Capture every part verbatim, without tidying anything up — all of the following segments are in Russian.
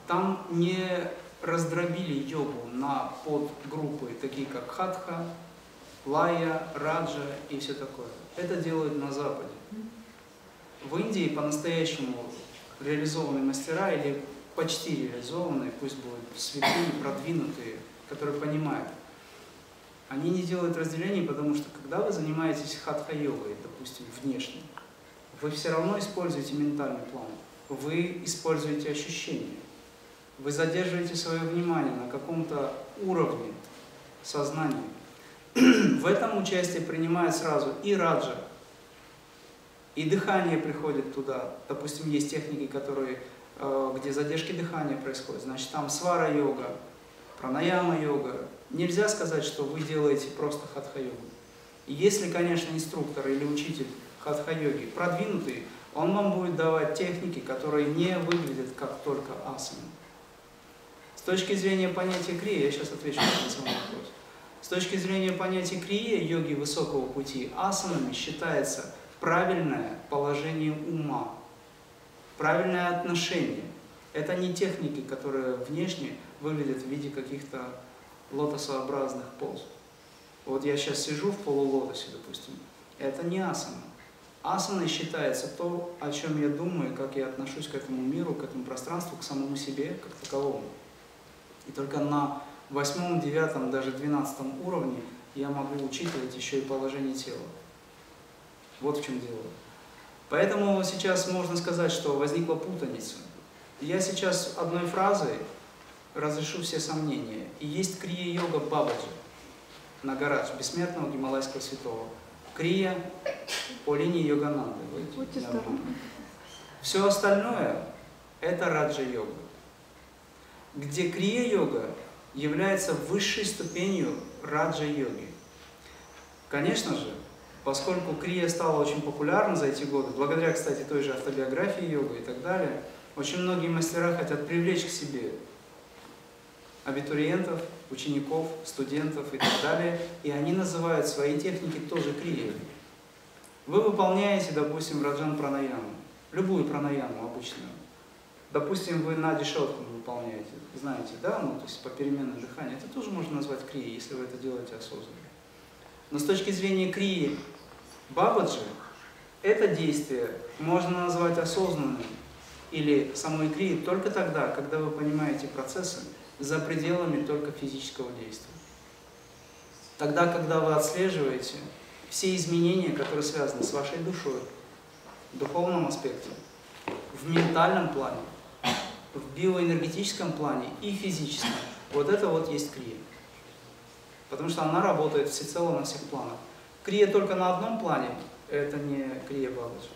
там не раздробили йогу на подгруппы, такие как хатха, лая, раджа и все такое. Это делают на Западе. В Индии по-настоящему реализованные мастера, или почти реализованные, пусть будут святые, продвинутые, которые понимают, они не делают разделений, потому что когда вы занимаетесь хатха-йогой, допустим, внешне, вы все равно используете ментальный план, вы используете ощущения, вы задерживаете свое внимание на каком-то уровне сознания. В этом участие принимает сразу и раджа, и дыхание приходит туда. Допустим, есть техники, которые, где задержки дыхания происходят, значит там свара-йога, пранаяма-йога. Нельзя сказать, что вы делаете просто хатха-йогу. И если, конечно, инструктор или учитель хатха-йоги продвинутый, он вам будет давать техники, которые не выглядят как только асана. С точки зрения понятия крия, я сейчас отвечу на свой вопрос. С точки зрения понятия крия, йоги высокого пути, асанами считается правильное положение ума, правильное отношение. Это не техники, которые внешне выглядят в виде каких-то лотосообразных поз. Вот я сейчас сижу в полулотосе, допустим. Это не асана. Асаной считается то, о чем я думаю, как я отношусь к этому миру, к этому пространству, к самому себе, как таковому. И только на восьмом, девятом, даже двенадцатом уровне я могу учитывать еще и положение тела. Вот в чем дело. Поэтому сейчас можно сказать, что возникла путаница. Я сейчас одной фразой разрешу все сомнения. И есть крия-йога Бабаджи, Нагарадж, бессмертного гималайского святого. Крия по линии Йогананды. Все остальное – это раджа-йога, где крия-йога является высшей ступенью раджа-йоги. Конечно же, поскольку крия стала очень популярна за эти годы, благодаря, кстати, той же автобиографии йога и так далее, очень многие мастера хотят привлечь к себе абитуриентов, учеников, студентов и так далее, и они называют свои техники тоже крией. Вы выполняете, допустим, раджан пранаяму, любую пранаяму обычную. Допустим, вы нади шотху выполняете, знаете, да, ну, то есть по переменному дыханию, это тоже можно назвать крией, если вы это делаете осознанно. Но с точки зрения крии Бабаджи, это действие можно назвать осознанным или самой крией только тогда, когда вы понимаете процессы за пределами только физического действия. Тогда, когда вы отслеживаете все изменения, которые связаны с вашей душой, в духовном аспекте, в ментальном плане, в биоэнергетическом плане и физическом, вот это вот есть крия. Потому что она работает всецело на всех планах. Крия только на одном плане, это не крия Бабаджи.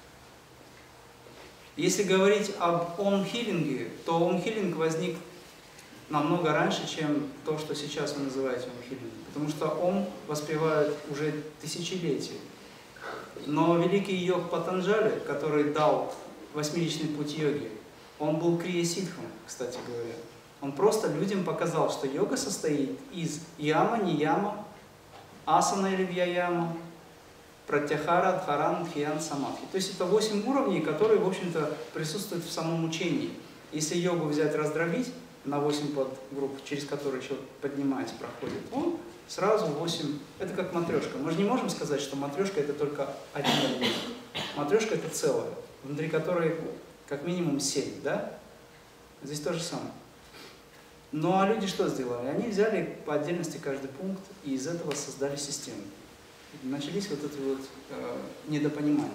Если говорить об ом-хиллинге, то ом-хиллинг возник намного раньше, чем то, что сейчас вы называете ом-хиллингом. Потому что ом воспевают уже тысячелетия. Но великий йог Патанджали, который дал восьмиличный путь йоги, он был крия-сиддхом, кстати говоря. Он просто людям показал, что йога состоит из яма, нияма, асана или вьяяма, пратяхара, дхаран, дхьян, самадхи. То есть это восемь уровней, которые, в общем-то, присутствуют в самом учении. Если йогу взять, раздробить на восемь подгрупп, через которые человек, поднимаясь, проходит, он сразу восемь. Это как матрешка. Мы же не можем сказать, что матрешка это только один элемент. Матрешка это целое, внутри которой как минимум семь, да? Здесь то же самое. Ну а люди что сделали? Они взяли по отдельности каждый пункт и из этого создали систему. Начались вот эти вот э, недопонимания.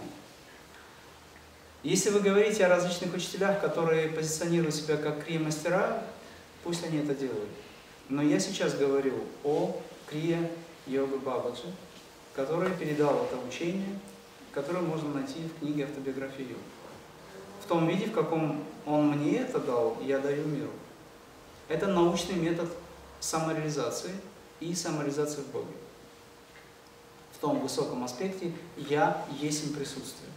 Если вы говорите о различных учителях, которые позиционируют себя как крия-мастера, пусть они это делают. Но я сейчас говорю о крия-йога Бабаджи, который передал это учение, которое можно найти в книге «Автобиография йога». В том виде, в каком он мне это дал, я даю миру. Это научный метод самореализации и самореализации в Боге. В том высоком аспекте «я есть им присутствие».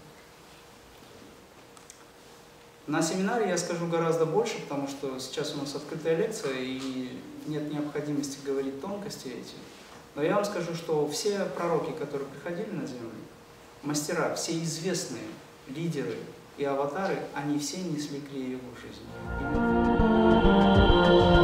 На семинаре я скажу гораздо больше, потому что сейчас у нас открытая лекция и нет необходимости говорить тонкости эти. Но я вам скажу, что все пророки, которые приходили на землю, мастера, все известные лидеры и аватары, они все несли крия-йогу в жизни. Thank you.